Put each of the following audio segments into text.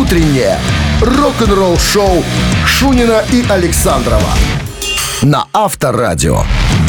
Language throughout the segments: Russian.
утреннее рок-н-ролл-шоу Шунина и Александрова на Авторадио.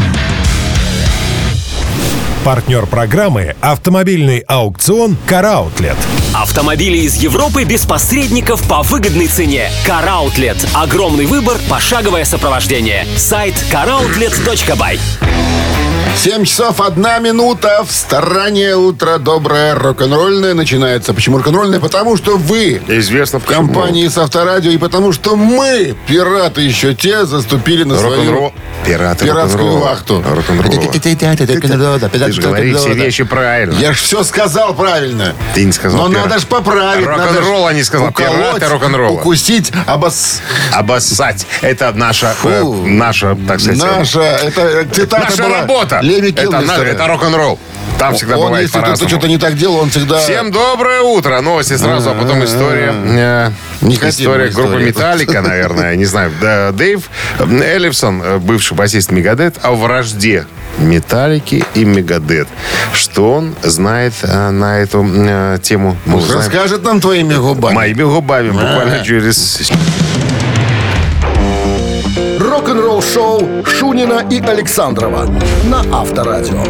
Партнер программы — автомобильный аукцион «Car-Outlet». Автомобили из Европы без посредников по выгодной цене. Car-Outlet. Огромный выбор, пошаговое сопровождение. Сайт caroutlet.by. 7 часов 1 минута. В стороне утро доброе рок-н-ролльное начинается. Почему рок-н-ролльное? Потому что вы известно в компании с Авторадио, и потому что мы, пираты еще те, заступили на свою пиратскую вахту. Ты же говори все вещи правильно. Я ж все сказал правильно. Ты не сказал. Но надо ж поправить. Рок-н-ролла не сказал. Пираты рок-н-ролла. Укусить, обоссать. Это наша, так сказать. Это цитата наша была. работа. Это рок-н-ролл. Там всегда бывает если по-разному. кто-то что-то не так делал, он всегда... Всем доброе утро. Новости сразу, а потом история. История группы «Металлика», наверное. Не знаю. Дэйв Эллифсон, бывший басист «Мегадет», о вражде «Металлики» и «Мегадет». Что он знает на эту тему? Расскажет нам твоими губами. Моими губами. Буквально через... Рок-н-ролл-шоу Шунина и Александрова на Авторадио.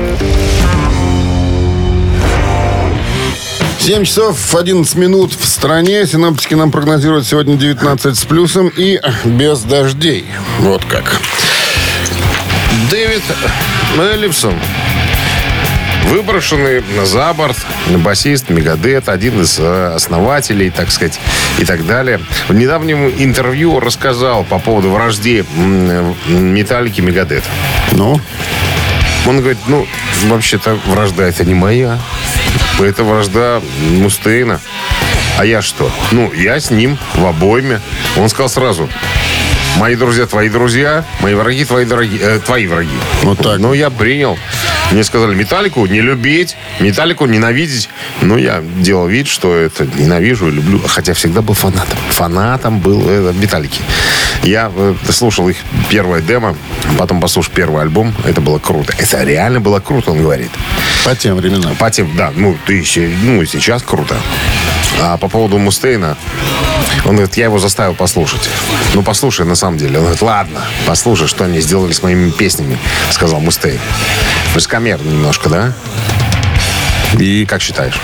7 часов 11 минут в стране. Синоптики нам прогнозируют сегодня 19 с плюсом и без дождей. Вот как. Дэвид Эллифсон, выброшенный за борт басист «Мегадет», один из основателей, так сказать, и так далее. В недавнем интервью рассказал по поводу вражды «Металлики» «Мегадет». Ну? Он говорит, вообще-то вражда это не моя. Это вражда Мустейна. А я что? Я с ним в обойме. Он сказал сразу: мои друзья, твои друзья, мои враги, твои враги. Вот так. Я принял. Мне сказали, Металлику не любить, Металлику ненавидеть. Я делал вид, что это ненавижу и люблю. Хотя всегда был фанатом. Фанатом был Металлики. Я слушал их первое демо, потом послушал первый альбом. Это было круто. Это реально было круто, он говорит. По тем временам. По тем, да. И сейчас круто. А по поводу Мустейна, он говорит, я его заставил послушать. Послушай, на самом деле. Он говорит, ладно, послушай, что они сделали с моими песнями, сказал Мустейн. Высокомерно немножко, да? И как считаешь?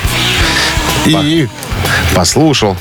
Послушал.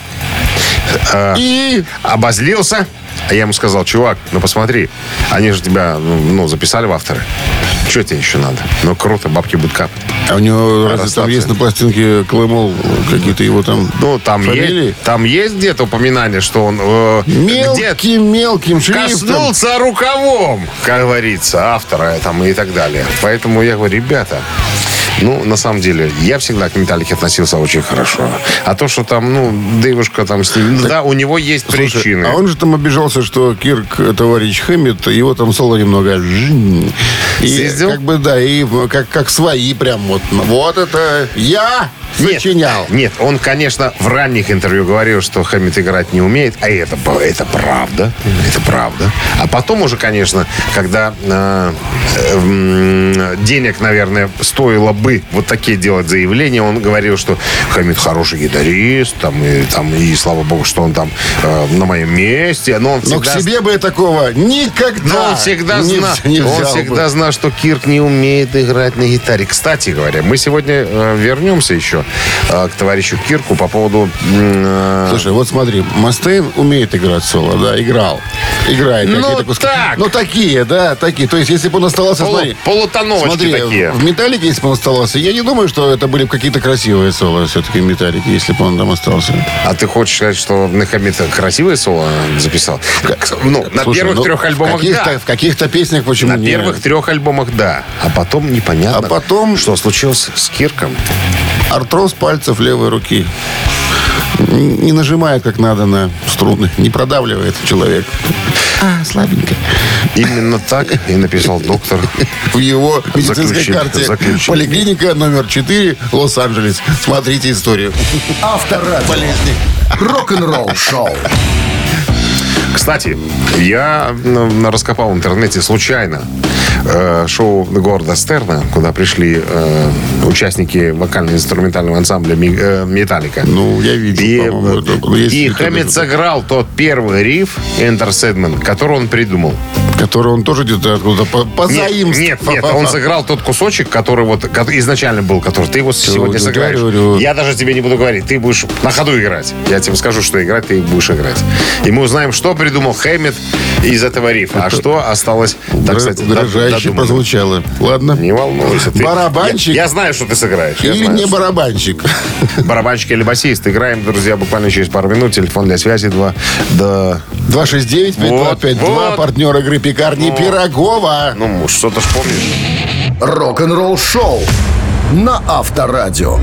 И обозлился. А я ему сказал, чувак, посмотри, они же тебя, записали в авторы. Что тебе еще надо? Круто, бабки будут капать. А у него разве там есть на пластинке Клэмол какие-то его там фамилии? Там есть где-то упоминание, что он мелким шрифтом коснулся рукавом, как говорится, автора и так далее. Поэтому я говорю, ребята, на самом деле, я всегда к «Металлике» относился очень хорошо. А то, что там, Дэйвушка там с ним... Да, у него есть причины. А он же там обижался, что Кирк, товарищ Хэммит, его там соло немного... И как свои прям вот это я сочинял. Нет, он, конечно, в ранних интервью говорил, что Хэммит играть не умеет. А это правда. Это правда. А потом уже, конечно, когда денег, наверное, стоило бы вот такие делать заявления, он говорил, что Хэммит хороший гитарист, и слава богу, что он там на моем месте. Но к себе бы такого никогда. Но он всегда знал, что Кирк не умеет играть на гитаре. Кстати говоря, мы сегодня вернемся еще к товарищу Кирку по поводу... Слушай, вот смотри, Мустейн умеет играть соло, да, играет какие-то куски. Такие. То есть, если бы он оставался... Полутоновочки такие. В «Металлике», если бы он оставался, я не думаю, что это были какие-то красивые соло все-таки в «Металлике», если бы он там остался. А ты хочешь сказать, что Хэммит красивые соло записал? На первых 3 альбомах, да. В каких-то песнях почему нет? На первых 3 альбомах, да. А потом непонятно, что случилось с Кирком. Артроз пальцев левой руки. Не нажимает как надо на струны. Не продавливает человек. Слабенько. Именно так и написал доктор. В его медицинской карте. Поликлиника номер 4, Лос-Анджелес. Смотрите историю. Авторадио. Болезни. Рок-н-ролл шоу. Кстати, я раскопал в интернете случайно шоу Говарда Стерна, куда пришли участники вокально-инструментального ансамбля «Металлика». Ну, я видел, И Хэммит сыграл тот первый риф «Enter Sandman», который он придумал. Который он тоже где-то откуда-то позаимствовал. Нет, он сыграл тот кусочек, который изначально был, который ты его сегодня сыграешь. Я даже тебе не буду говорить, ты будешь на ходу играть. Я тебе скажу, что играть, ты будешь играть. И мы узнаем, что придумал Хэммит из этого рифа, а что осталось, так сказать, угрожающе прозвучало. Ладно. Не волнуйся. Барабанщик? Я знаю, что ты сыграешь. Или не барабанщик? Барабанщик или басист. Играем, друзья, буквально через пару минут. Телефон для связи 269-5252. Партнер игры «Пекарни Пирогова». Ну, что-то ж помнишь. Рок-н-ролл шоу на Авторадио.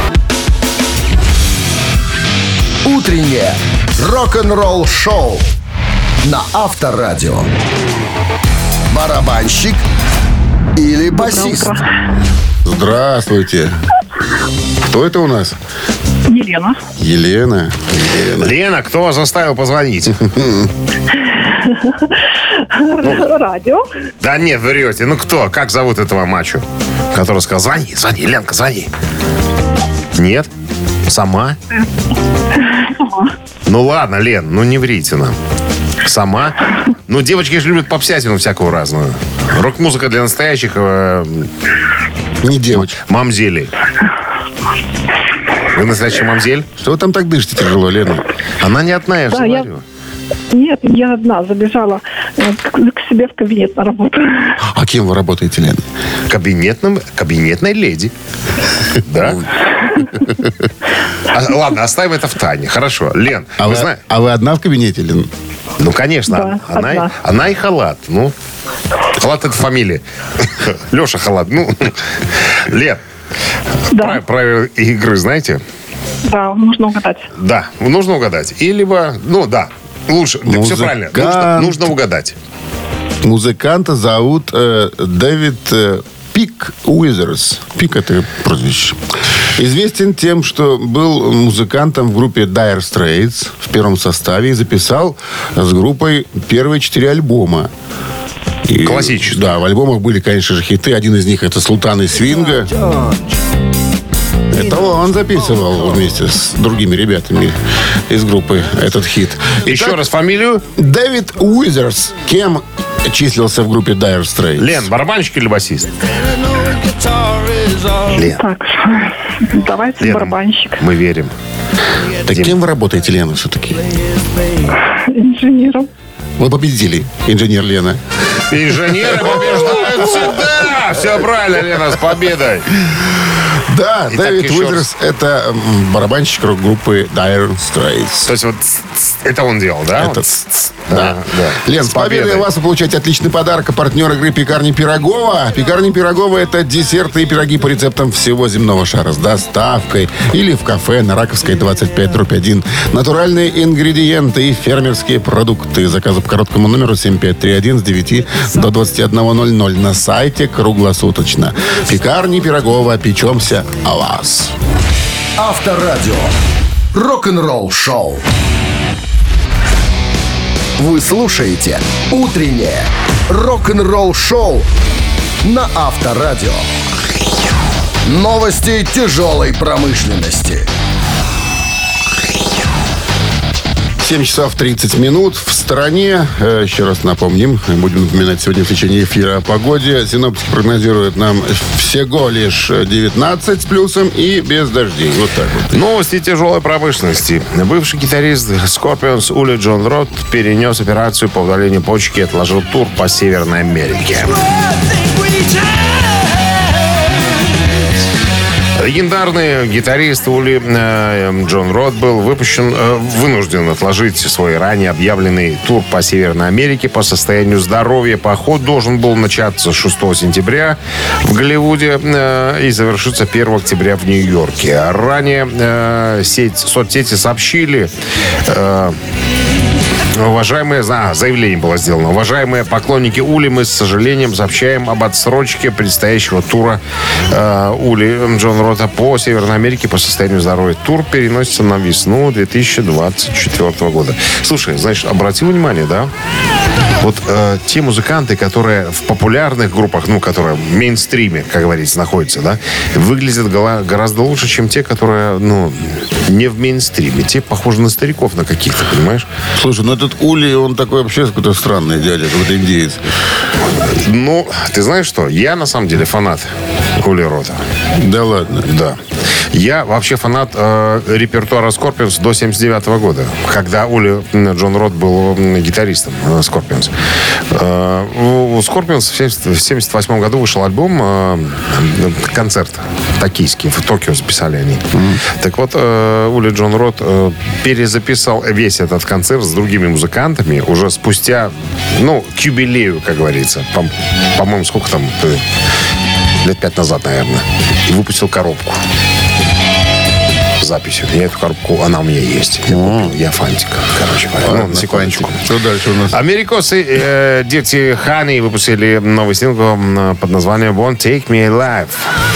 Утреннее рок-н-ролл шоу на Авторадио. Барабанщик или басист? Здравствуйте. Кто это у нас? Елена. Лена, кто заставил позвонить? Радио. Да нет, врете. Ну кто? Как зовут этого мачо? Который сказал, звони, Ленка, звони. Нет? Сама? Сама. Ну ладно, Лен, ну не врите нам. Сама? Ну, девочки же любят попсятину всякую разную. Рок-музыка для настоящих... Не девочек. Мамзелей. Вы настоящий мамзель? Что вы там так дышите тяжело, Лена? Она не одна, я же говорю. Нет, я одна забежала к себе в кабинет на работу. А кем вы работаете, Лена? Кабинетной леди. Да? Ладно, оставим это в тайне. Хорошо. Лен, А вы одна в кабинете, Лен? Ну, конечно. Да, Она и Халат. Ну, Халат — это фамилия. Леша Халат. Ну, Лен, Да. правила игры знаете? Да, нужно угадать. Да, нужно угадать. И либо, лучше, все правильно. Нужно угадать. Музыканта зовут Дэвид Пик Уизерс. Пик — это прозвище. Известен тем, что был музыкантом в группе Dire Straits в первом составе и записал с группой первые 4 альбома. Классические. Да, в альбомах были, конечно же, хиты. Один из них — это «Султаны свинга». Это он записывал вместе с другими ребятами из группы этот хит. Еще раз фамилию. Дэвид Уизерс. Кем числился в группе Dire Straits? Лен, барабанщик или басист? Лен. Так, давайте Лена, барабанщик. Мы верим. Так кем вы работаете, Лена, все-таки? Инженером. Вы победили, инженер Лена. Инженеры побеждают всегда. Все правильно, Лена, с победой. Да, Итак, Дэвид еще Уизерс — это барабанщик рок-группы Dire Straits. То есть вот это он делал, да? Это Да. Лен, с победой вас вы получаете отличный подарок. Партнер игры «Пекарни Пирогова». «Пекарни Пирогова» — это десерты и пироги по рецептам всего земного шара с доставкой или в кафе на Раковской 25/1. Натуральные ингредиенты и фермерские продукты. Заказы по короткому номеру 7531 с 9 до 21:00 на сайте круглосуточно. «Пекарни Пирогова». Печемся о вас. Авторадио. Рок-н-ролл шоу. Вы слушаете «Утреннее рок-н-ролл шоу» на Авторадио. Новости тяжелой промышленности. 7 часов 30 минут в стороне. Еще раз напомним, будем напоминать сегодня в течение эфира о погоде. Синоптики прогнозируют нам всего лишь 19 с плюсом и без дождей. Вот так вот. Новости тяжелой промышленности. Бывший гитарист Scorpions Ули Джон Рот перенес операцию по удалению почки и отложил тур по Северной Америке. Легендарный гитарист Ули Джон Рот был вынужден отложить свой ранее объявленный тур по Северной Америке по состоянию здоровья. Поход должен был начаться 6 сентября в Голливуде и завершиться 1 октября в Нью-Йорке. Ранее соцсети сообщили Уважаемые, заявление было сделано. Уважаемые поклонники Ули, мы с сожалением сообщаем об отсрочке предстоящего тура Ули Джон Рота по Северной Америке по состоянию здоровья. Тур переносится на весну 2024 года. Слушай, значит, обратил внимание, да? Вот те музыканты, которые в популярных группах, ну, которые в мейнстриме, как говорится, находятся, да, выглядят гораздо лучше, чем те, которые, ну, не в мейнстриме. Те похожи на стариков на каких-то, понимаешь? Слушай, ну этот Ули, он такой вообще какой-то странный дядя, какой-то индеец. Ну, ты знаешь что? Я, на самом деле, фанат Ули Рота. Да ладно? Да. Я вообще фанат репертуара Scorpions до 79 года, когда Ули Джон Рот был гитаристом Scorpions. У Scorpions в 78 году вышел альбом «Концерт» токийский. В Токио записали они. Так вот, Ули Джон Рот перезаписал весь этот концерт с другими музыкантами уже спустя, ну, к юбилею, как говорится. По-моему, сколько там? Лет 5 назад, наверное. И выпустил коробку. Записью. Я эту коробку, она у меня есть. Я фантик, короче говоря. На секундочку. Что дальше у нас? Америкосы Dirty Honey выпустили новый сингл под названием Won't Take Me Alive.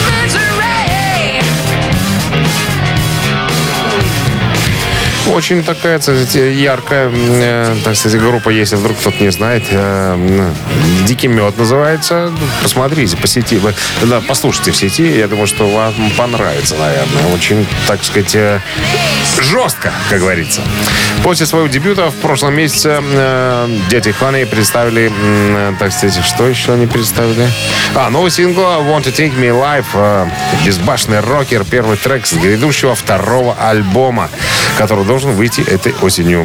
Очень такая, кстати, яркая, так сказать, группа, если вдруг кто-то не знает. «Дикий мед» называется. Посмотрите по сети. Да, послушайте в сети. Я думаю, что вам понравится, наверное. Очень, так сказать, жестко, как говорится. После своего дебюта в прошлом месяце Dirty Honey представили, так сказать, что еще они представили? Новый сингл «Want to Take Me Alive». Безбашенный рокер. Первый трек с грядущего второго альбома, который должен выйти этой осенью.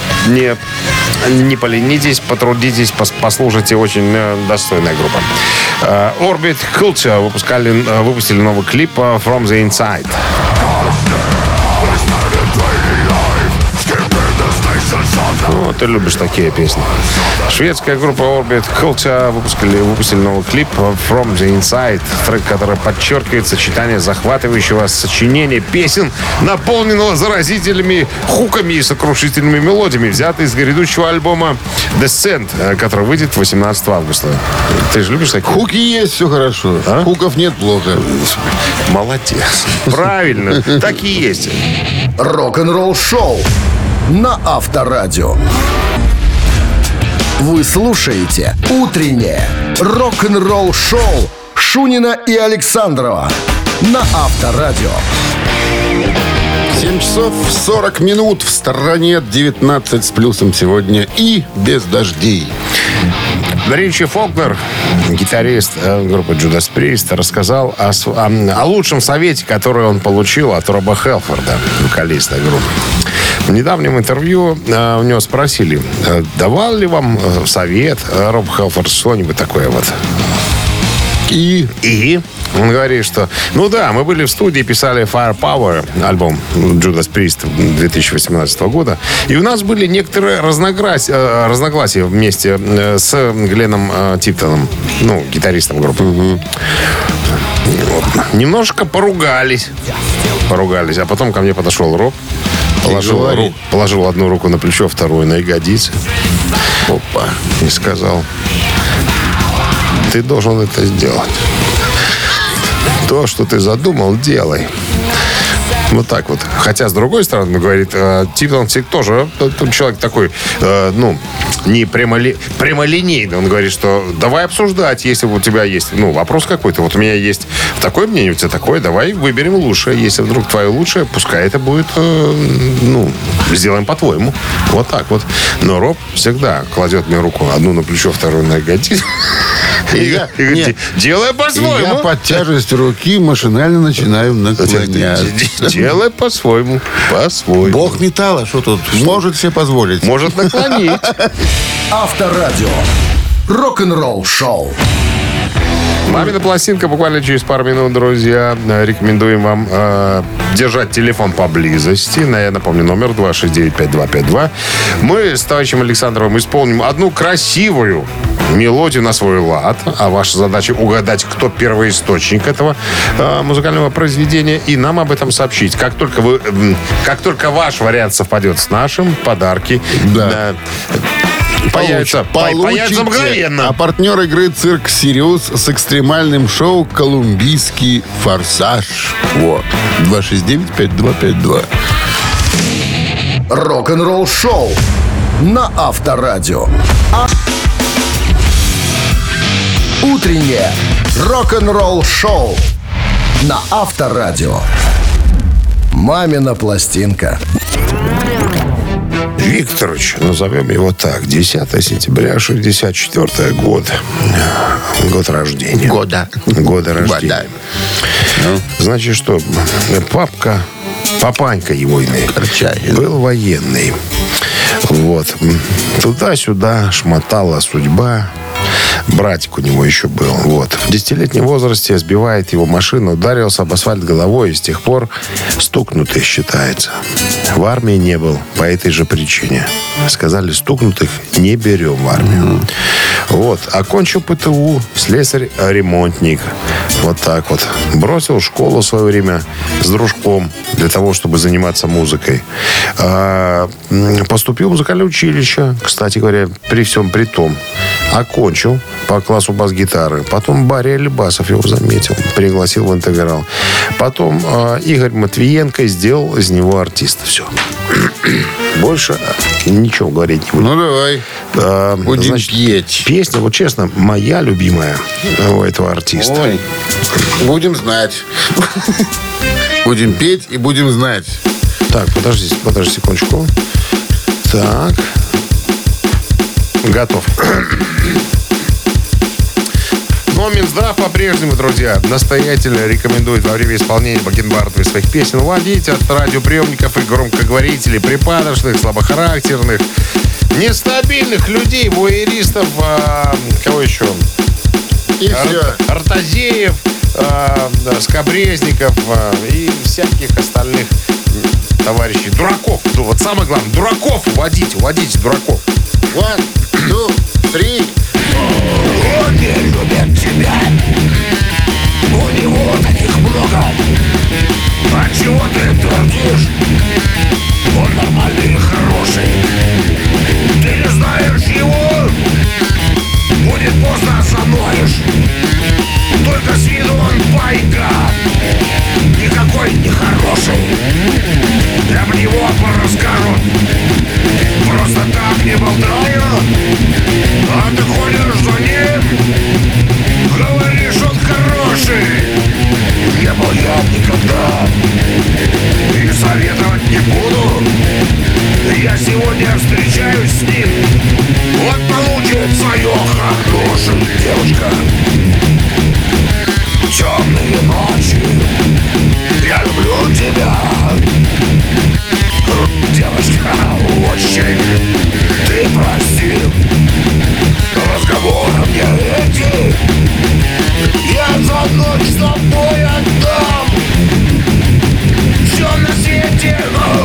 Не поленитесь, потрудитесь, послушайте. Очень достойная группа. Orbit Culture выпустили новый клип From the Inside. Ну, ты любишь такие песни. Шведская группа Orbit Culture выпустили новый клип From the Inside. Трек, который подчеркивает сочетание захватывающего сочинения песен, наполненного заразительными хуками и сокрушительными мелодиями, взятый из грядущего альбома Descent, который выйдет 18 августа. Ты же любишь такие? Хуки есть, все хорошо. А? Хуков нет, плохо. Молодец. Правильно. Так и есть. Рок-н-ролл шоу на Авторадио. Вы слушаете «Утреннее рок-н-ролл-шоу» Шунина и Александрова на Авторадио. 7 часов 40 минут. В стороне 19 с плюсом сегодня и без дождей. Ричи Фолкнер, гитарист группы Judas Priest, рассказал о лучшем совете, который он получил от Роба Хелфорда, вокалиста группы. В недавнем интервью у него спросили, давал ли вам совет Роб Хелфорд что-нибудь такое вот? И он говорит, что, ну да, мы были в студии, писали Firepower, альбом Judas Priest 2018 года, и у нас были некоторые разногласия вместе с Гленном Типтоном, ну, гитаристом группы. Вот. Немножко поругались, а потом ко мне подошел Роб, положил одну руку на плечо, вторую на ягодицы. Опа. И сказал, ты должен это сделать. То, что ты задумал, делай. Вот так вот. Хотя, с другой стороны, говорит, Типтон тоже человек такой, не прямолинейный. Он говорит, что давай обсуждать, если у тебя есть, вопрос какой-то. Вот у меня есть такое мнение, у тебя такое, давай выберем лучшее. Если вдруг твое лучшее, пускай это будет, сделаем по-твоему. Вот так вот. Но Роб всегда кладет мне руку, одну на плечо, вторую на ягодицу. И говорит, делай по-своему. Я под тяжестью руки машинально начинаю наклоняться. Делай по-своему. По-своему. Бог металла, что тут? Может себе позволить. Может наклонить. Авторадио. Рок-н-ролл шоу. Мамина пластинка буквально через пару минут, друзья. Рекомендуем вам держать телефон поблизости. Я напомню, номер 269-5252. Мы с товарищем Александровым исполним одну красивую мелодию на свой лад. А ваша задача угадать, кто первоисточник этого музыкального произведения. И нам об этом сообщить. Как только ваш вариант совпадет с нашим, подарки появятся мгновенно. А партнер игры «Цирк Сириус» с экстремальным шоу «Колумбийский форсаж». Вот. 269-5252. Рок-н-ролл шоу на Авторадио. Утреннее рок-н-ролл шоу на Авторадио. Мамина пластинка. Викторович, назовем его так, 10 сентября 64 год. Год рождения. Года рождения. Значит, что папанька его был военный. Вот. Туда-сюда шмотала судьба. Братик у него еще был. Вот. В 10-летнем возрасте сбивает его машину, ударился об асфальт головой и с тех пор стукнутый считается. В армии не был по этой же причине. Сказали, стукнутых не берем в армию. Вот. Окончил ПТУ, слесарь-ремонтник. Вот так вот. Бросил школу в свое время с дружком для того, чтобы заниматься музыкой. Поступил в музыкальное училище, кстати говоря, при всем при том. Окончил по классу бас-гитары. Потом Барри Алибасов его заметил, пригласил в «Интеграл». Потом Игорь Матвиенко сделал из него артиста. Все. Больше ничего говорить не буду. Ну, давай. Будем петь. Песня, вот честно, моя любимая у этого артиста. Ой, будем знать. Будем петь и будем знать. Так, подожди секундочку. Так. Готов. Но Минздрав по-прежнему, друзья, настоятельно рекомендует во время исполнения бакенбардовых своих песен уводить от радиоприемников и громкоговорителей припадочных, слабохарактерных, нестабильных людей, вуэристов, кого еще? И все. Артазеев, скабрезников и всяких остальных товарищей. Дураков. Ну, вот самое главное, дураков уводите дураков. 1, 2, 3. Он не любит тебя. У него таких много. А чего ты твердишь? Он нормальный и хороший. Ты не знаешь его. Будет поздно, замоешь. Только с виду он байка. Никакой не хороший. Об него порасскажут. Просто так не болтаю. А ты ходишь за ним. Говоришь, он хороший. Не был я никогда. И советовать не буду. Я сегодня встречаюсь с ним. Он получит свое хорошее, девочка. Темные ночи. Я люблю тебя. Девочка, очень. Ты прости. Разговоры мне эти. Я за ночь с тобой отдам. Все на свете.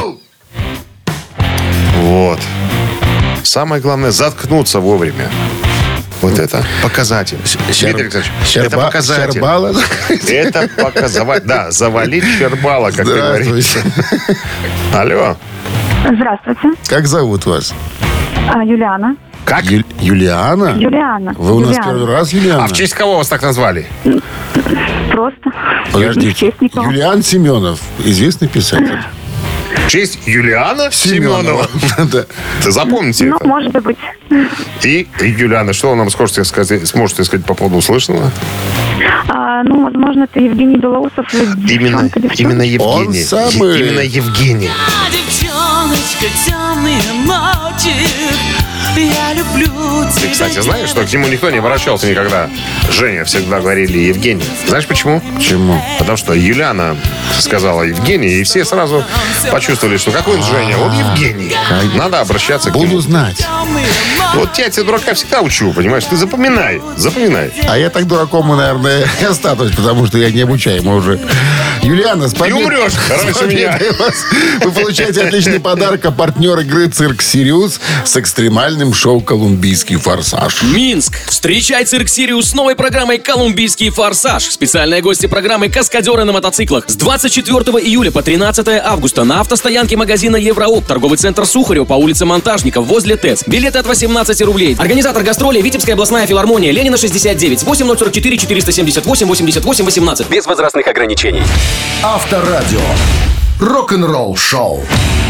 Вот. Самое главное — заткнуться вовремя. Вот это показатель. Дмитрий Александрович, это показатель. Щербала? Это показатель. Да, завалить Щербала, как ты говоришь. Алло. Здравствуйте. Как зовут вас? Юлиана. Как? Юлиана? Юлиана. Вы у нас Юлиана. первый раз, Юлиана? А в честь кого вас так назвали? Просто. Подождите. В честь никого. Юлиан Семенов, известный писатель. В честь Юлиана Семенова. Да. Запомните Ну, это. может быть. И Юлиана, что вы нам сможете сказать по поводу услышанного? Ну, возможно, это Евгений Белоусов. Именно Евгений. Он самый. Именно Евгений. Девчоночка, темные ночи. Я люблю Ты, кстати, знаешь, что к нему никто не обращался никогда? Женя всегда говорили Евгений. Знаешь почему? Почему? Потому что Юлиана сказала Евгений, и все сразу почувствовали, что какой он Женя, он Евгений. Надо обращаться к нему. Буду знать. Вот я тебя, дурака, всегда учу, понимаешь? Ты запоминай. А я так дураком, наверное, и останусь, потому что я не обучаемый уже. Юлиана, с победой. И умрешь раньше меня. Вы получаете отличный подарок, а партнер игры «Цирк Сириус» с экстремальным шоу «Колумбийский форсаж». Минск. Встречай «Цирк Сириус» с новой программой «Колумбийский форсаж». Специальные гости программы «Каскадеры на мотоциклах». С 24 июля по 13 августа на автостоянке магазина «Евроуп», торговый центр Сухарев по улице Монтажников возле ТЭЦ. Билеты от 18 рублей. Организатор гастролей Витебская областная филармония, Ленина 69, 8044 478 88 18. Без возрастных ограничений. Авторадио. Рок-н-ролл шоу.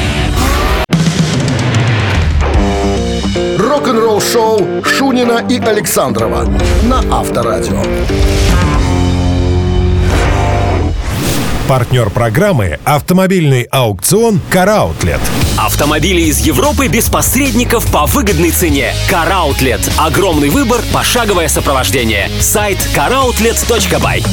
Рок-н-ролл шоу Шунина и Александрова на Авторадио. Партнер программы – автомобильный аукцион «Караутлет». Автомобили из Европы без посредников по выгодной цене. Караутлет. Огромный выбор, пошаговое сопровождение. Сайт caroutlet.by.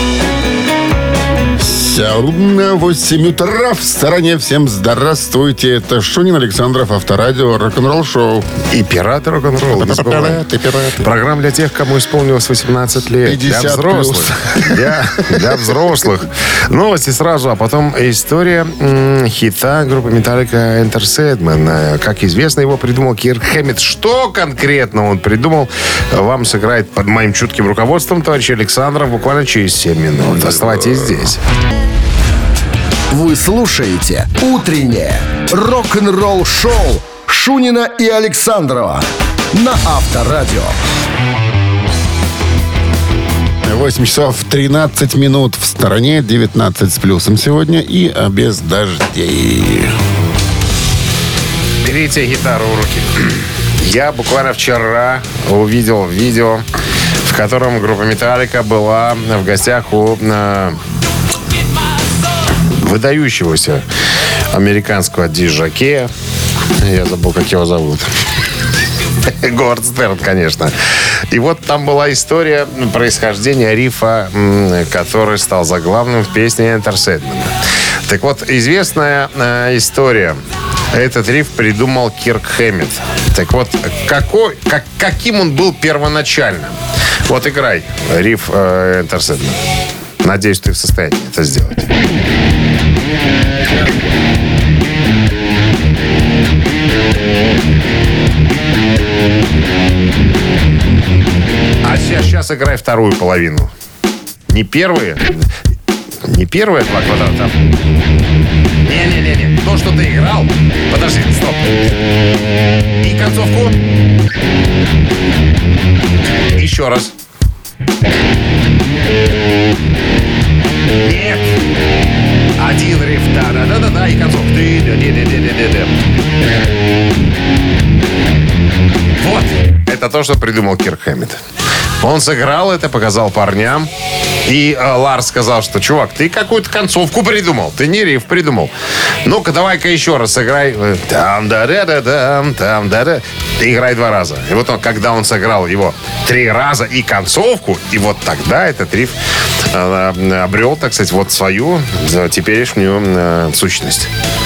8 утра в стороне. Всем здравствуйте. Это Шунин, Александров, Авторадио, рок-н-ролл шоу. И пираты рок-н-ролла. Не забывай. Пираты. Программа для тех, кому исполнилось 18 лет. 50 для взрослых. Для взрослых. Новости сразу, а потом история хита группы Metallica Enter Sandman. Как известно, его придумал Кирк Хэммит. Что конкретно он придумал, вам сыграет под моим чутким руководством товарищ Александров буквально через 7 минут. Оставайтесь здесь. Вы слушаете «Утреннее рок-н-ролл-шоу» Шунина и Александрова на Авторадио. 8 часов 13 минут в стороне, 19 с плюсом сегодня и без дождей. Берите гитару в руки. Я буквально вчера увидел видео, в котором группа Metallica была в гостях у выдающегося американского диджакея. Я забыл, как его зовут. Говард Стерн, конечно. И вот там была история происхождения рифа, который стал заглавным в песне Enter Sandman. Так вот, известная история. Этот риф придумал Кирк Хэммит. Так вот, каким он был первоначально? Вот играй риф Enter Sandman. Надеюсь, ты в состоянии это сделать. А сейчас играй вторую половину. Не первые. Не первые 2 квадрата. Не. То, что ты играл. Подожди, стоп. И концовку. Еще раз. Нет. Один риф. Да. И концовку. Вот. Это то, что придумал Кирк Хэммит. Он сыграл это, показал парням. И Ларс сказал, что, чувак, ты какую-то концовку придумал. Ты не риф придумал. Ну-ка, давай-ка еще раз сыграй. Там-да-да-да-дам, играй 2 раза. И вот он, когда он сыграл его 3 раза и концовку, и вот тогда этот риф обрел, так сказать, вот свою теперешнюю сущность.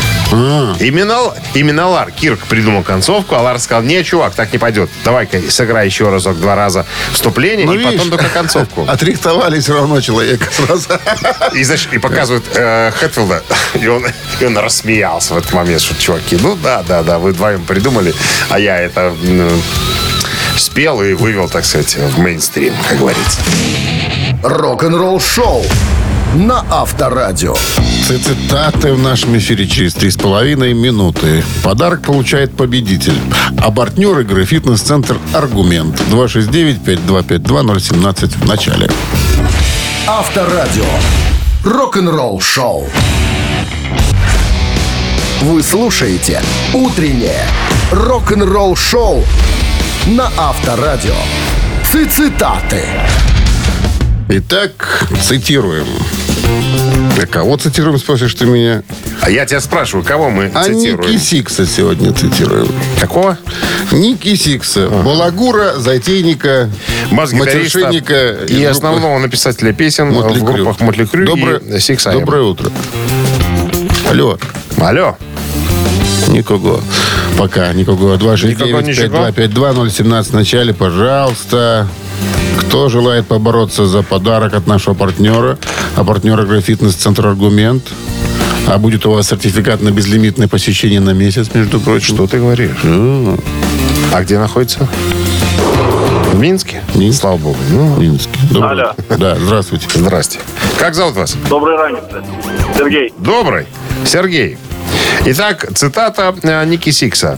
Именно Лар Кирк придумал концовку, а Ларс сказал: не, чувак, так не пойдет. Давай-ка сыграй еще разок, 2 раза вступление, и потом только концовку. Отрихтовали все равно человека сразу. И показывают Хэтфилда, и он рассмеялся в этот момент, что, чуваки, да, вы вдвоем придумали, а я это спел и вывел, так сказать, в мейнстрим, как говорится. Рок-н-ролл шоу на Авторадио. Цитаты в нашем эфире через 3,5 минуты. Подарок получает победитель. А партнер игры — фитнес-центр «Аргумент». 269-5252-017 в начале. Авторадио. Рок-н-ролл шоу. Вы слушаете «Утреннее рок-н-ролл шоу» на Авторадио. Цитаты. Итак, цитируем. А кого цитируем, спросишь ты меня? А я тебя спрашиваю, кого мы цитируем? Ники Сикса сегодня цитируем. Какого? Ники Сикса. Балагура, затейника, Бас-гитариста матершинника и группы основного написателя песен Мотли в Крю. группах Мотли Крю и Six AM. Доброе утро. Алло. Алло. Никого. Пока. Никого. 269-5252-017 в начале. Пожалуйста. Кто желает побороться за подарок от нашего партнера? А партнер игры «Фитнес-центр Аргумент». А будет у вас сертификат на безлимитное посещение на месяц, между прочим. Что ты говоришь? А где находится? В Минске? Минск. Слава богу. Минске. Алло. Да, здравствуйте. Здрасте. Как зовут вас? Доброй раницы. Сергей. Добрый. Сергей. Итак, цитата Ники Сикса.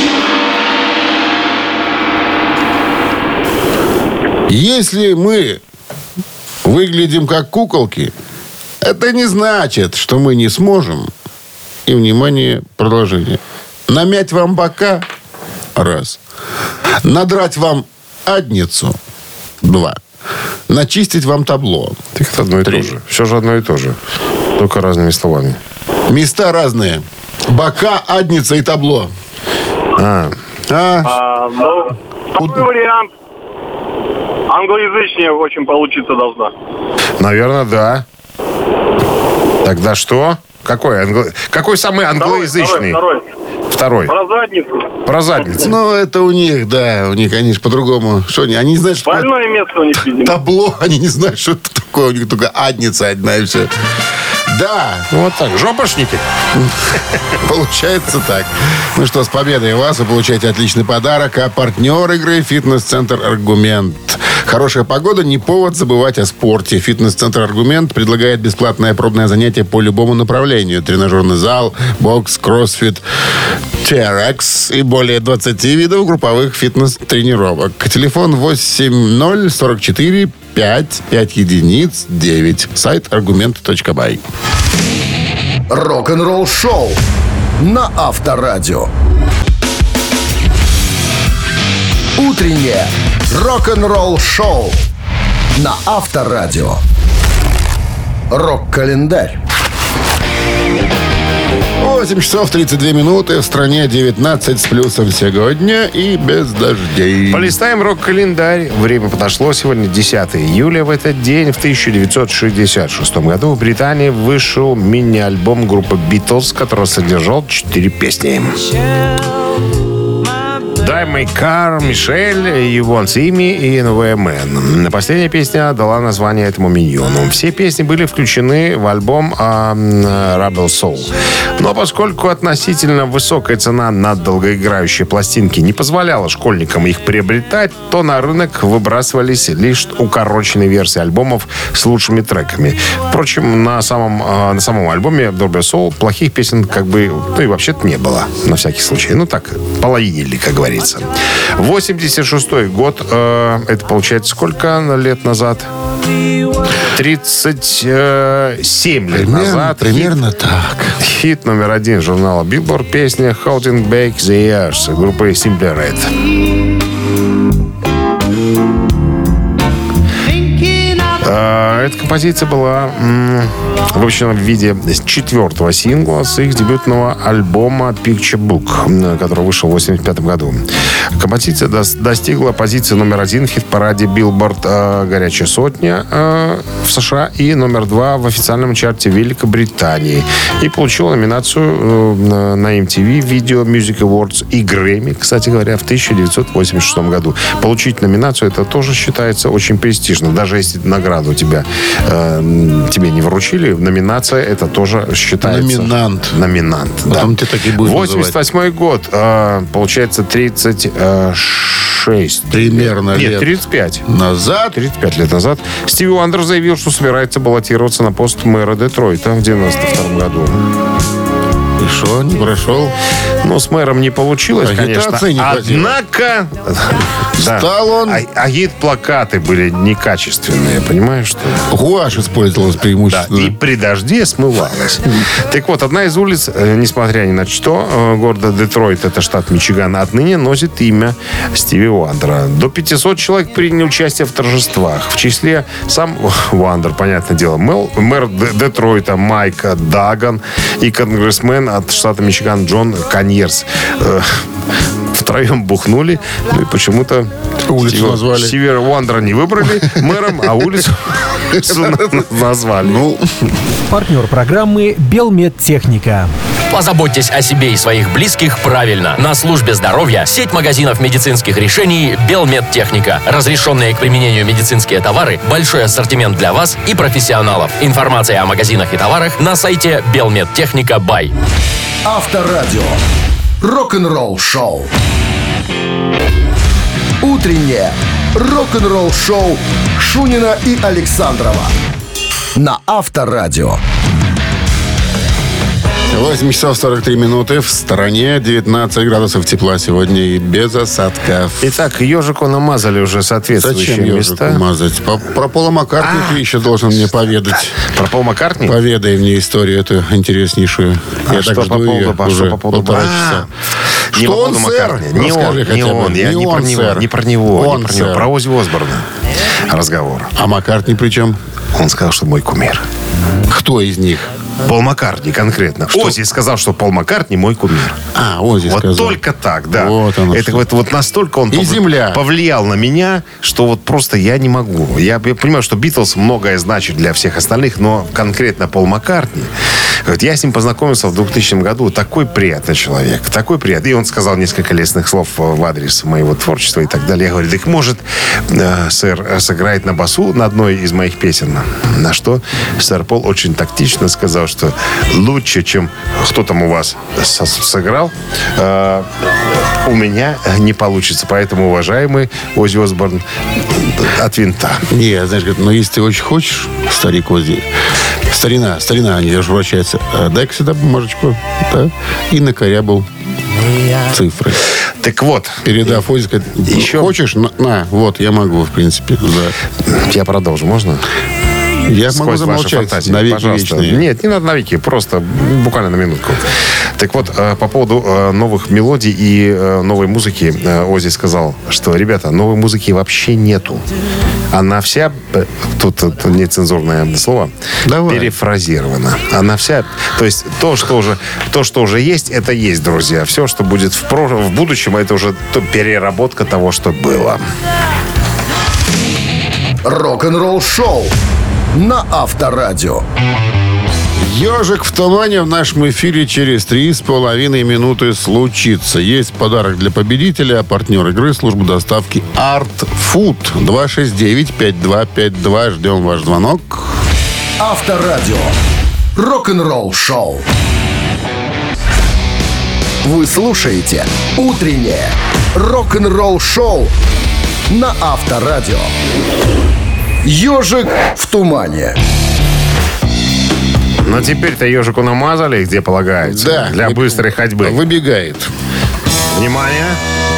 Если мы выглядим как куколки, это не значит, что мы не сможем. И, внимание, продолжение. Намять вам бока – раз. Надрать вам адницу – два. Начистить вам табло. Так это одно и то же. Все же одно и то же. Только разными словами. Места разные. Бока, адница и табло. Второй вариант. Англоязычнее очень получиться должна. Наверное, да. Тогда что? Какой самый англоязычный? Второй. Про задницу. Про задницу. Ну, это у них, да. У них, они же по-другому. Что они? Они не знают, что такое Больное место у них, видимо. табло. Они не знают, что это такое. У них только адница одна и все. Да. Вот так. Жопошники. Получается так. Ну что, с победой вас. Вы получаете отличный подарок. А партнер игры «Фитнес-центр Аргумент». Хорошая погода – не повод забывать о спорте. «Фитнес-центр Аргумент» предлагает бесплатное пробное занятие по любому направлению. Тренажерный зал, бокс, кроссфит, TRX и более 20 видов групповых фитнес-тренировок. Телефон 8044 5 единиц 9. Сайт argument.by. Рок-н-ролл шоу на Авторадио. Утреннее рок-н-ролл шоу на Авторадио. Рок-календарь. 8 часов 32 минуты. В стране 19 с плюсом сегодня и без дождей. Полистаем рок-календарь. Время подошло. Сегодня 10 июля. В этот день, в 1966 году, в Британии вышел мини-альбом группы «Битлз», который содержал 4 песни. «Die My Car», «Мишель», «You Won't See Me» и «Nowhere Man». Последняя песня дала название этому миньону. Все песни были включены в альбом «Rebel Soul». Но поскольку относительно высокая цена на долгоиграющие пластинки не позволяла школьникам их приобретать, то на рынок выбрасывались лишь укороченные версии альбомов с лучшими треками. Впрочем, на самом альбоме «Rebel Soul» плохих песен и вообще-то не было. На всякий случай. Так, половинили, как говорится. 86-й год. Это получается сколько лет назад? 37 лет назад. Примерно так. Хит номер 1 журнала Billboard. Песня «Holding Back the Years» группы Simply Red. Эта композиция была выпущена в виде 4-го сингла с их дебютного альбома Picture Book, который вышел в 1985 году. Композиция достигла позиции номер 1 в хит-параде Billboard «Горячая сотня» в США и номер 2 в официальном чарте Великобритании. И получила номинацию на MTV Video Music Awards и Грэмми, кстати говоря, в 1986 году. Получить номинацию — это тоже считается очень престижно. Даже если награду тебе не вручили, номинация — это тоже считается... Номинант, да. Потом тебе так и будет 88-й год. Получается, 36. Примерно Нет, лет 35. назад. 35 лет назад. Стиви Уандер заявил, что собирается баллотироваться на пост мэра Детройта в 92 году. И что, не прошел? С мэром не получилось, конечно. Агитации не хватило. Однако Да. Стал он... А гид-плакаты были некачественные, понимаешь, что? Гуашь использовалась Да, преимущественно. и при дожде смывалась. Так вот, одна из улиц, несмотря ни на что, города Детройт, это штат Мичиган, отныне носит имя Стиви Уандера. До 500 человек приняли участие в торжествах. В числе сам Уандер, понятное дело, мэр Детройта Майк Даган и конгрессмен от штата Мичиган Джон Коньерс. Втроем бухнули, ну и почему-то улицу назвали. Стиви Уандера не выбрали мэром, а улицу назвали. Ну, Партнер программы «Белмедтехника». Позаботьтесь о себе и своих близких правильно. На службе здоровья сеть магазинов медицинских решений «Белмедтехника». Разрешенные к применению медицинские товары, большой ассортимент для вас и профессионалов. Информация о магазинах и товарах на сайте «Белмедтехника Бай». Авторадио. Рок-н-ролл шоу. Утреннее рок-н-ролл шоу Шунина и Александрова на Авторадио. 8 часов 43 минуты. В стороне 19 градусов тепла сегодня и без осадков. Итак, ежику намазали уже соответствующие Зачем ежику места. мазать? Про Пола Маккартни ты еще должен мне поведать. Про Пола Маккартни? Поведай мне историю эту интереснейшую. Я что так жду ее уже по поводу полтора часа. Не Что по поводу он, сэр? Маккартни. Не Расскажи он, хотя не бы. он. Я Не не он, про него, сэр. не про него. Он, Не про него. сэр. Про Оззи Осборна разговор. А Маккартни при чем? Он сказал, что мой кумир. Кто из них? Пол Маккартни конкретно. Оззи сказал, что Пол Маккартни мой кумир. А, Оззи Вот сказал. только так, да. Вот оно Это что. вот настолько он И земля. повлиял на меня, что вот просто я не могу. Я понимаю, что Битлз многое значит для всех остальных, но конкретно Пол Маккартни, вот я с ним познакомился в 2000 году. Такой приятный человек. Такой приятный. И он сказал несколько лестных слов в адрес моего творчества и так далее. Я говорю, так может, сэр сыграет на басу на одной из моих песен? На что сэр Пол очень тактично сказал, что лучше, чем кто там у вас сыграл, у меня не получится. Поэтому, уважаемый Оззи Осборн, от винта. Не, знаешь, говорит, но если ты очень хочешь, старик Оззи, старина, они же вращаются, дай-ка сюда бумажечку, да, и накорябал цифры. Так вот. Передав Оззи, сказать, еще... хочешь? На, вот, я могу, в принципе. Да. Я продолжу, можно? Я могу Сквозь ваши замолчать фантазии, навеки пожалуйста. вечные. Нет, не надо навеки, просто буквально на минутку. Так вот, по поводу новых мелодий и новой музыки Оззи сказал, что, ребята, новой музыки вообще нету. Она вся, тут нецензурное слово, Давай. перефразирована. Она вся, то есть то, что уже есть, это есть, друзья. Все, что будет в будущем, это уже переработка того, что было. Рок-н-ролл шоу на Авторадио. «Ежик в тумане» в нашем эфире через 3,5 минуты случится. Есть подарок для победителя, а партнер игры — служба доставки Art Food. 269-5252. Ждем ваш звонок. Авторадио. Рок-н-ролл шоу. Вы слушаете «Утреннее рок-н-ролл шоу» на Авторадио. «Ежик в тумане». Но теперь-то ежику намазали, где полагается. Да. Для быстрой ходьбы. Выбегает. Внимание.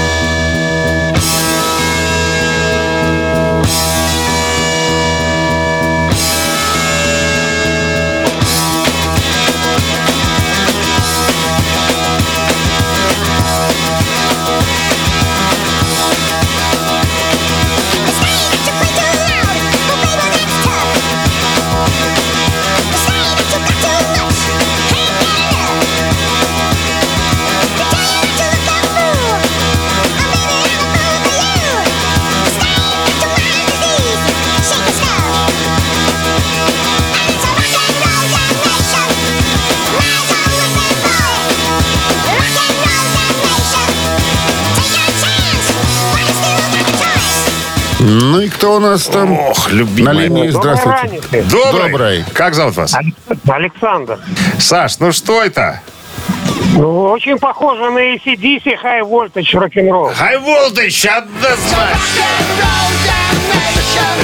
Ну и кто у нас там? Ох, любимый. На линии. Здравствуйте. Добрый. Как зовут вас? Александр. Саш, ну что это? Ну, очень похоже на AC/DC High Voltage Rock'n'Roll. High Voltage, однозначно.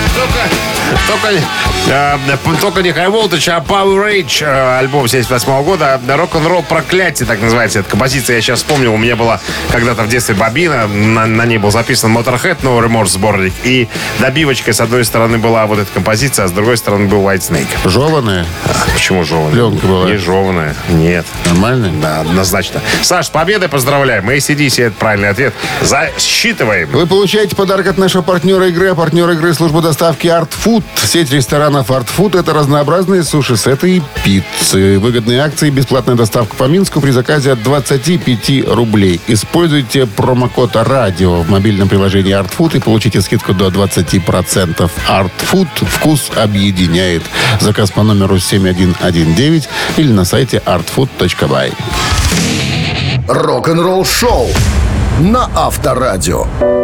Только не High Voltage, а Power Rage, альбом 78 года. Рок-н-ролл проклятие, так называется эта композиция. Я сейчас вспомнил, у меня была когда-то в детстве бобина, на ней был записан Motorhead, No Remorse сборник. И добивочкой с одной стороны была вот эта композиция, а с другой стороны был White Snake. Жеваная? Почему жеваная? Пленка была. Не жеваная, нет. Нормально? Да, однозначно. Саш, с победой поздравляем. AC/DC — это правильный ответ. Засчитываем. Вы получаете подарок от нашего партнера игры. А партнер игры — служба доставки Art Food. Сеть ресторанов Art Food — это разнообразные суши-сеты и пиццы. Выгодные акции, бесплатная доставка по Минску при заказе от 25 рублей. Используйте промокод «Радио» в мобильном приложении Art Food и получите скидку до 20%. Art Food — вкус объединяет. Заказ по номеру 7119 или на сайте artfood.by. Рок-н-ролл шоу на Авторадио.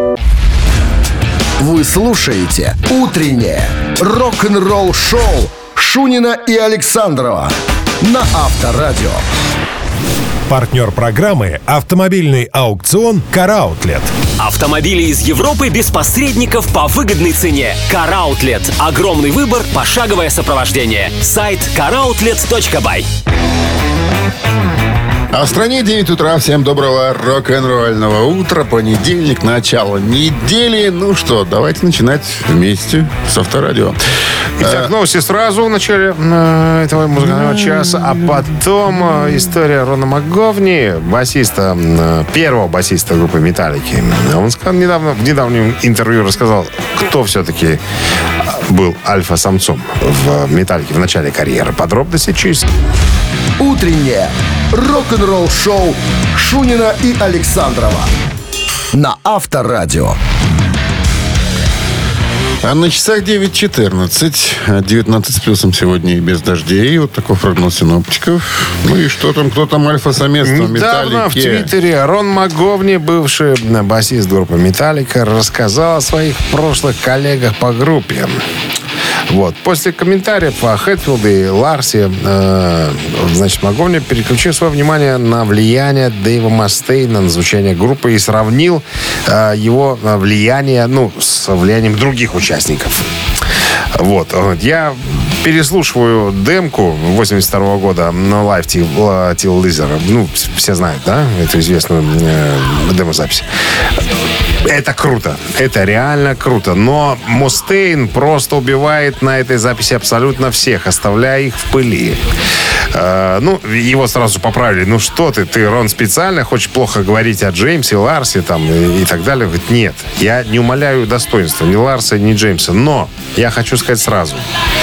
Вы слушаете «Утреннее рок-н-ролл-шоу» Шунина и Александрова на Авторадио. Партнер программы — автомобильный аукцион «Караутлет». Автомобили из Европы без посредников по выгодной цене. Караутлет. Огромный выбор, пошаговое сопровождение. Сайт caroutlet.by. А в стране 9 утра. Всем доброго рок-н-ролльного утра. Понедельник, начало недели. Ну что, давайте начинать вместе с Авторадио. Итак, новости сразу в начале этого музыкального часа. А потом история Рона Макговни, басиста, первого басиста группы «Металлики». Он сказал в недавнем интервью рассказал, кто все-таки был альфа-самцом в «Металлике» в начале карьеры. Подробности через... Утреннее рок-н-ролл-шоу Шунина и Александрова на Авторадио. А на часах 9:14. 19 с плюсом сегодня и без дождей. Вот такой прогноз синоптиков. Ну и что там, кто там альфа-самец в Недавно в Твиттере Рон Макговни, бывший басист группы «Металлика», рассказал о своих прошлых коллегах по группе. Вот. После комментариев о Хэтфилде и Ларсе, значит, Макговни переключил свое внимание на влияние Дэйва Мастейна на звучание группы и сравнил его влияние, с влиянием других участников. Вот. Я переслушиваю демку 82 года на Live Till Lizard. Все знают, да, эту известную демозапись. Это круто. Это реально круто. Но Мустейн просто убивает на этой записи абсолютно всех, оставляя их в пыли. Его сразу поправили. Что ты, Рон, специально хочешь плохо говорить о Джеймсе, Ларсе и так далее? Говорит, нет, я не умаляю достоинства ни Ларса, ни Джеймса. Но я хочу сказать сразу.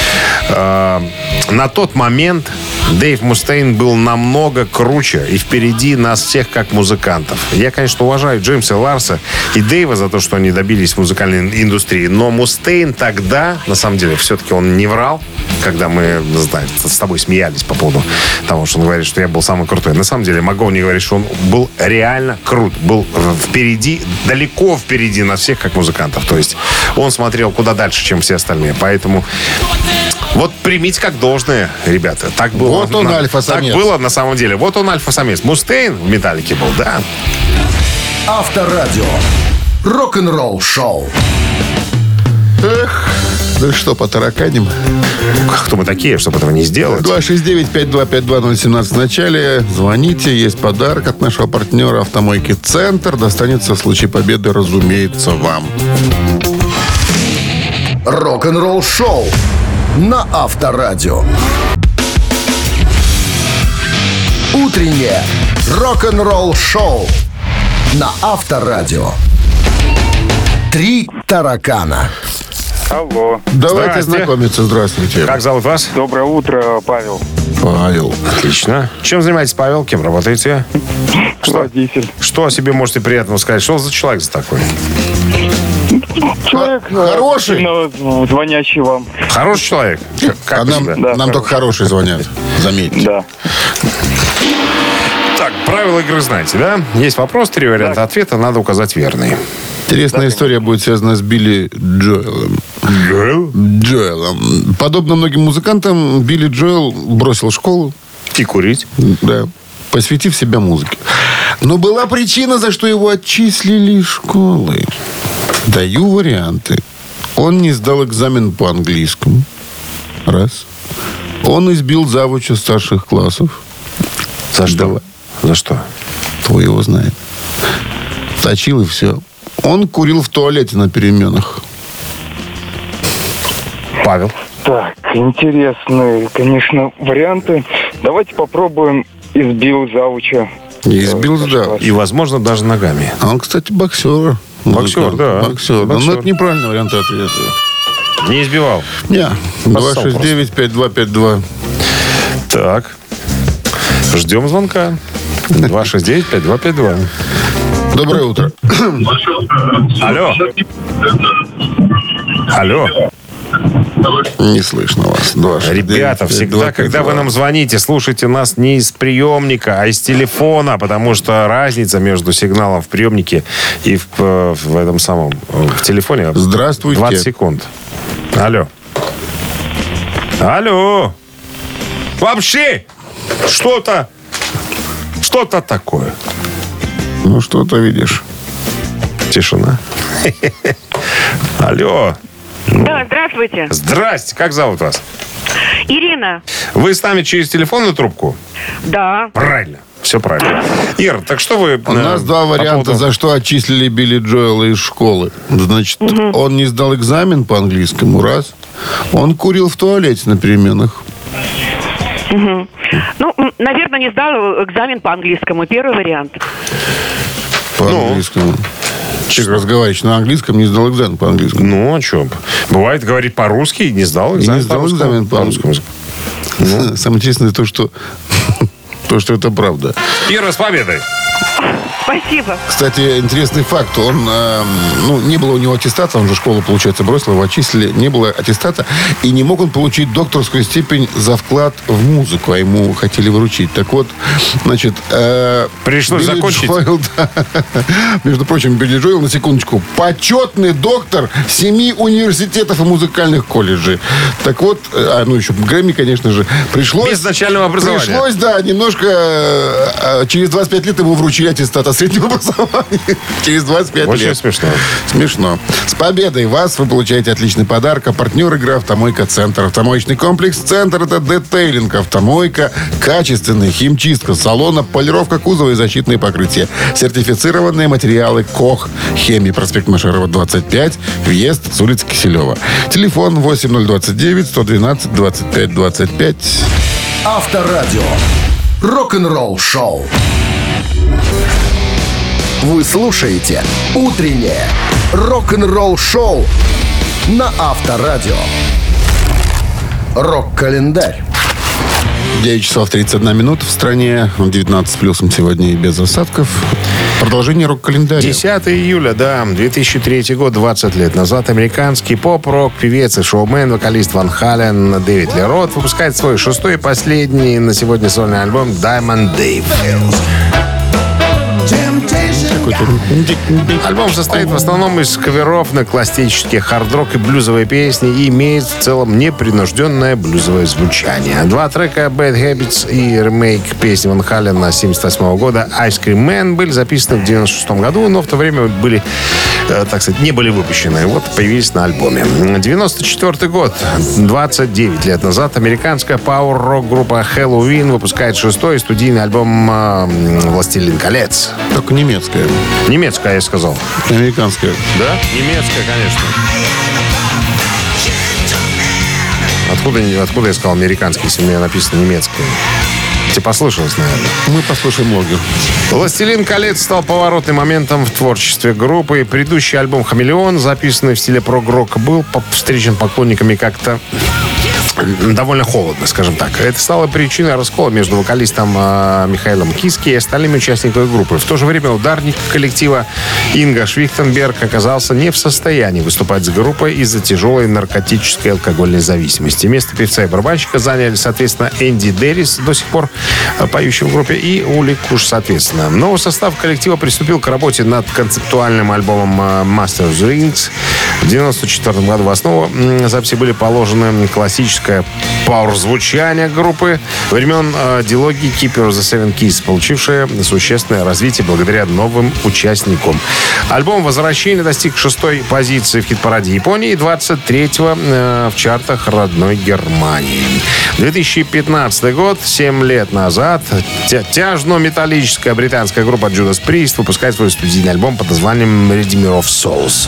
На тот момент Дэйв Мустейн был намного круче и впереди нас всех как музыкантов. Я, конечно, уважаю Джеймса, Ларса и Дэйва за то, что они добились в музыкальной индустрии. Но Мустейн тогда, на самом деле, все-таки он не врал, когда мы с тобой смеялись по поводу того, что он говорит, что я был самый крутой. На самом деле, Макговни говорит, что он был реально крут. Был впереди, далеко впереди нас всех как музыкантов. То есть он смотрел куда дальше, чем все остальные. Поэтому вот примите как должное, ребята. Так было. Вот он альфа-самец. Так было на самом деле. Вот он альфа-самец. Мустейн в «Металлике» был, да. Авторадио. Рок-н-ролл шоу. Эх, ну что, потараканим? Кто мы такие, чтобы этого не сделать? 269-5252017 в начале. Звоните, есть подарок от нашего партнера «Автомойки Центр». Достанется в случае победы, разумеется, вам. Рок-н-ролл шоу на Авторадио. Утреннее рок-н-ролл шоу на Авторадио. 3 таракана. Алло. Давайте знакомиться. Здравствуйте. Как зовут вас? Доброе утро, Павел. Павел. Отлично. Чем занимаетесь, Павел? Кем работаете? Водитель. Что о себе можете приятного сказать? Что за человек такой? Человек хороший. Звонящий вам. Хороший человек? Как нам только хорошие звонят. Заметьте. Да. Так, правила игры знаете, да? Есть вопрос, 3 варианта ответа, надо указать верный. Интересная история будет связана с Билли Джоэлом. Джоэлом. Подобно многим музыкантам, Билли Джоэл бросил школу. И курить. Да. Посвятив себя музыке. Но была причина, за что его отчислили из школы. Даю варианты. Он не сдал экзамен по английскому. Раз. Он избил завуча старших классов. За что? За что? Кто его знает. Точил и все. Он курил в туалете на переменах. Павел. Так, интересные, конечно, варианты. Давайте попробуем избил завуча. Избил, да. И, возможно, даже ногами. А он, кстати, боксер. Боксер, да. Боксер. Но это неправильный вариант ответа. Не избивал? Не. 269-5252. Так. Ждем звонка. 269-5252. Доброе утро. Алло. Алло. Не слышно вас. 269-5252. Ребята, всегда, когда вы нам звоните, слушайте нас не из приемника, а из телефона, потому что разница между сигналом в приемнике и в этом самом в телефоне. Здравствуйте. 20 секунд. Алло. Алло. Вообще что-то такое. Ну, что-то видишь. Тишина. Алло. Да, здравствуйте. Здрасте. Как зовут вас? Ирина. Вы с нами через телефонную трубку? Да. Правильно. Все правильно. Ир, так что вы... У нас два варианта, за что отчислили Билли Джоэла из школы. Значит, он не сдал экзамен по английскому, раз. Он курил в туалете на переменах. Угу. Ну, наверное, не сдал экзамен по английскому. Первый вариант. По английскому. Человек разговаривающий на английском не сдал экзамен по английскому. Ну, о чем? Бывает, говорит по-русски, не сдал экзамен, не сдал экзамен по русскому. Самое интересное то, что это правда. Ира, с победой! Спасибо. Кстати, интересный факт. Он, не было у него аттестата, он же школу, получается, бросил, его отчислили. Не было аттестата, и не мог он получить докторскую степень за вклад в музыку, а ему хотели выручить. Так вот, значит... пришлось Билли закончить. Джоэл, да. Между прочим, Билли Джоэл, на секундочку, почетный доктор 7 университетов и музыкальных колледжей. Так вот, еще Грэмми, конечно же, пришлось... Без начального образования. Пришлось, да, немножко... Через 25 лет ему вручили аттестат о среднем образовании. Через 25 лет. Очень смешно. Смешно. С победой вас! Вы получаете отличный подарок. А партнер игры «Автомойка Центр». Автомоечный комплекс «Центр» — это детейлинг. Автомойка, качественная химчистка салона, полировка кузова и защитные покрытия. Сертифицированные материалы «Кох». Хемия. Проспект Машерова, 25. Въезд с улицы Киселева. Телефон 8029-112-25-25. Авторадио. Рок-н-ролл шоу. Вы слушаете «Утреннее рок-н-ролл-шоу» на Авторадио. Рок-календарь. 9 часов 31 минута в стране. 19 плюсом сегодня и без осадков. Продолжение рок-календаря. 10 июля, 2003 год, 20 лет назад, американский поп-рок, певец и шоумен, вокалист Ван Хален Дэвид Ли Рот выпускает свой 6-й и последний на сегодня сольный альбом «Diamond Dave». Альбом состоит в основном из каверов на классические хард-рок и блюзовые песни и имеет в целом непринужденное блюзовое звучание. 2 трека «Bad Habits» и ремейк песни Ван Халена 1978 года «Ice Cream Man» были записаны в 1996 году, но в то время были, так сказать, не были выпущены. Вот появились на альбоме. 1994 год, 29 лет назад, американская пауэр-рок группа Helloween выпускает 6-й студийный альбом «Властелин колец». Только немецкая. Немецкая, я сказал. Американская. Да? Немецкая, конечно. Откуда я сказал американский, если у меня написано немецкая? Тебе послышалось, наверное. Мы послушаем логер. «Властелин колец» стал поворотным моментом в творчестве группы. Предыдущий альбом «Хамелеон», записанный в стиле прог-рока, был встречен поклонниками как-то довольно холодно, скажем так. Это стало причиной раскола между вокалистом Михаилом Киски и остальными участниками группы. В то же время ударник коллектива Инга Швихтенберг оказался не в состоянии выступать с группой из-за тяжелой наркотической и алкогольной зависимости. Место певца и барабанщика заняли, соответственно, Энди Деррис, до сих пор поющий в группе, и Ули Куш, соответственно. Новый состав коллектива приступил к работе над концептуальным альбомом Master of the Rings. В 1994 году в основу записи были положены классическое пауэр-звучание группы времен дилогии Keeper of the Seven Keys, получившее существенное развитие благодаря новым участникам. Альбом «Возвращение» достиг 6-й позиции в хит-параде Японии и 23-го в чартах родной Германии. 2015 год, 7 лет назад, тяжно-металлическая британская группа Judas Priest выпускает свой студийный альбом под названием Redeemer of Souls.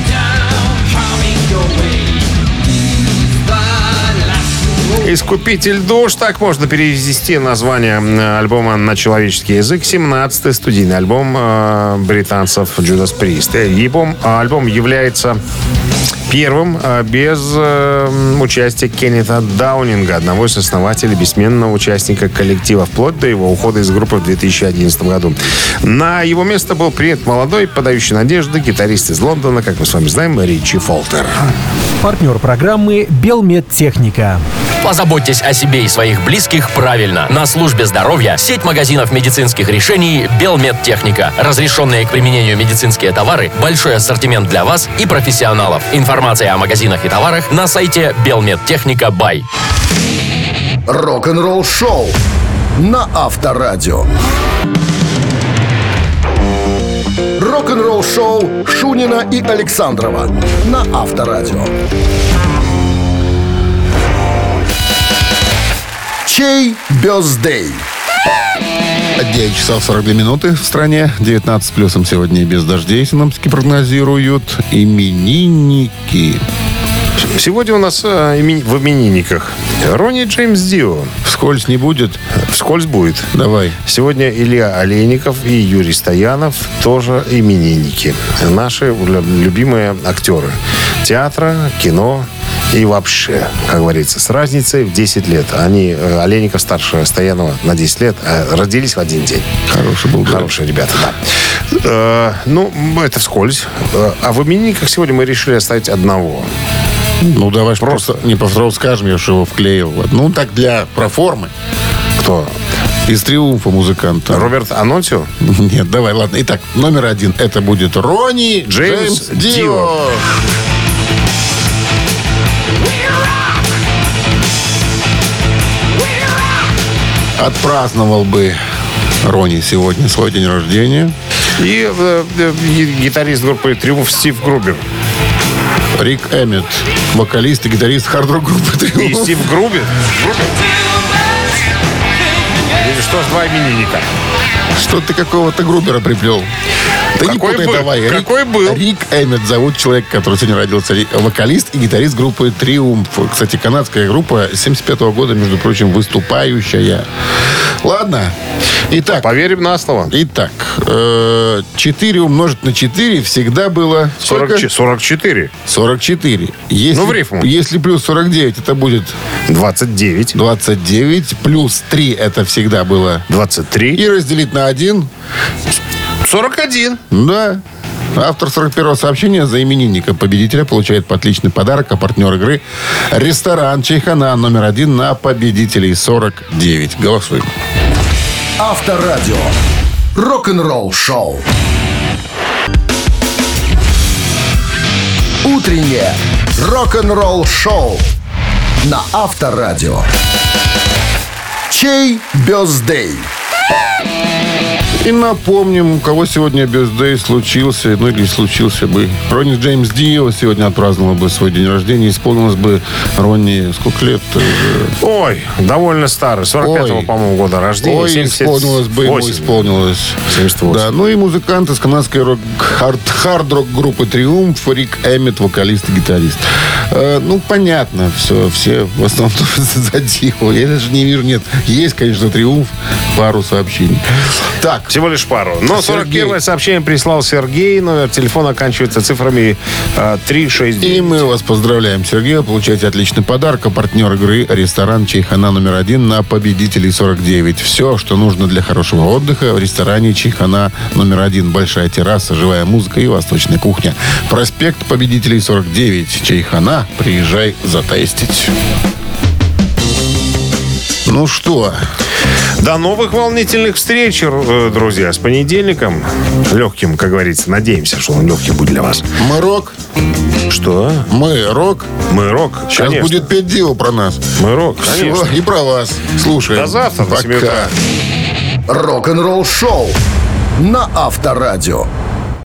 «Искупитель душ», так можно перевести название альбома на человеческий язык. 17-й студийный альбом британцев Judas Priest. Альбом является первым без участия Кеннета Даунинга, одного из основателей, бессменного участника коллектива, вплоть до его ухода из группы в 2011 году. На его место был принят молодой, подающий надежды гитарист из Лондона, как мы с вами знаем, Ричи Фолтер. Партнер программы «Белмедтехника». Позаботьтесь о себе и своих близких правильно. На службе здоровья сеть магазинов медицинских решений «Белмедтехника». Разрешенные к применению медицинские товары, большой ассортимент для вас и профессионалов. Информация о магазинах и товарах на сайте «Белмедтехника Бай». Рок-н-ролл шоу на Авторадио. Рок-н-ролл шоу Шунина и Александрова на Авторадио. Чей бёздей? 9 часов 42 минуты в стране. 19 с плюсом сегодня и без дождей синоптики прогнозируют. Именинники. Сегодня у нас в именинниках Ронни Джеймс Дио. Вскользь не будет? Вскользь будет. Давай. Сегодня Илья Олейников и Юрий Стоянов тоже именинники. Наши любимые актеры театра, кино и вообще, как говорится, с разницей в 10 лет. Они, Олейников старше Стоянова на 10 лет, родились в один день. Хороший был. Хорошие ребята, да. Это вскользь. А в именинниках сегодня мы решили оставить одного. Ну, давай просто не повторно скажем, я же его вклеил. Ну, так для проформы. Кто? Из «Триумфа» музыканта. Роберт Анонтио? Нет, давай, ладно. Итак, номер 1. Это будет Ронни Джеймс Дио. Отпраздновал бы Ронни сегодня свой день рождения. И гитарист группы «Триумф» Стив Грубер. Рик Эммет, вокалист и гитарист хард-рок группы «Триумф». И Стив Грубер? Или что ж, два именинника? Что ты какого-то Грубера приплел? Да не путай, давай. Какой был? Рик Эммет зовут человека, который сегодня родился. Вокалист и гитарист группы «Триумф». Кстати, канадская группа 75-го года, между прочим, выступающая. Ладно. Итак. Поверим на слово. Итак, 4 умножить на 4 всегда было... 44. 44. Если, в рифму. Если плюс 49, это будет... 29. 29. Плюс 3, это всегда было... 23. И разделить на 1... 41. Да. Автор 41-го сообщения за именинника победителя получает отличный подарок, а партнер игры — ресторан «Чайхана» номер 1 на победителей 49. Голосуем. Авторадио. Рок-н-ролл шоу. Утреннее рок-н-ролл шоу на Авторадио. Чей бёздей? И напомним, у кого сегодня бёздей случился, ну или случился бы. Ронни Джеймс Дио сегодня отпраздновал бы свой день рождения. Исполнилось бы Ронни сколько лет? Ой, довольно старый. 45-го, по-моему, года рождения. Ой, 70... исполнилось бы ему, исполнилось. 78. Да, ну и музыкант из канадской хард-рок группы «Триумф» Рик Эммет, вокалист и гитарист. Понятно, все в основном за Дио. Я даже не вижу, нет. Есть, конечно, «Триумф», пару сообщений. Так. Всего лишь пару. Но 41-е сообщение прислал Сергей. Номер телефона оканчивается цифрами 369. И мы вас поздравляем, Сергей. Вы получаете отличный подарок. А партнер игры — ресторан «Чайхана» номер 1 на победителей 49. Все, что нужно для хорошего отдыха в ресторане «Чайхана» номер 1. Большая терраса, живая музыка и восточная кухня. Проспект победителей 49. «Чайхана». Приезжай затестить. Ну что... До новых волнительных встреч, друзья, с понедельником. Легким, как говорится. Надеемся, что он легкий будет для вас. Мы рок. Что? Мы рок. Мы рок. Сейчас конечно. будет петь Дио про нас. Мы рок, конечно. Все, и про вас. Слушаем. До завтра, до 7 утра. Рок-н-ролл шоу на Авторадио.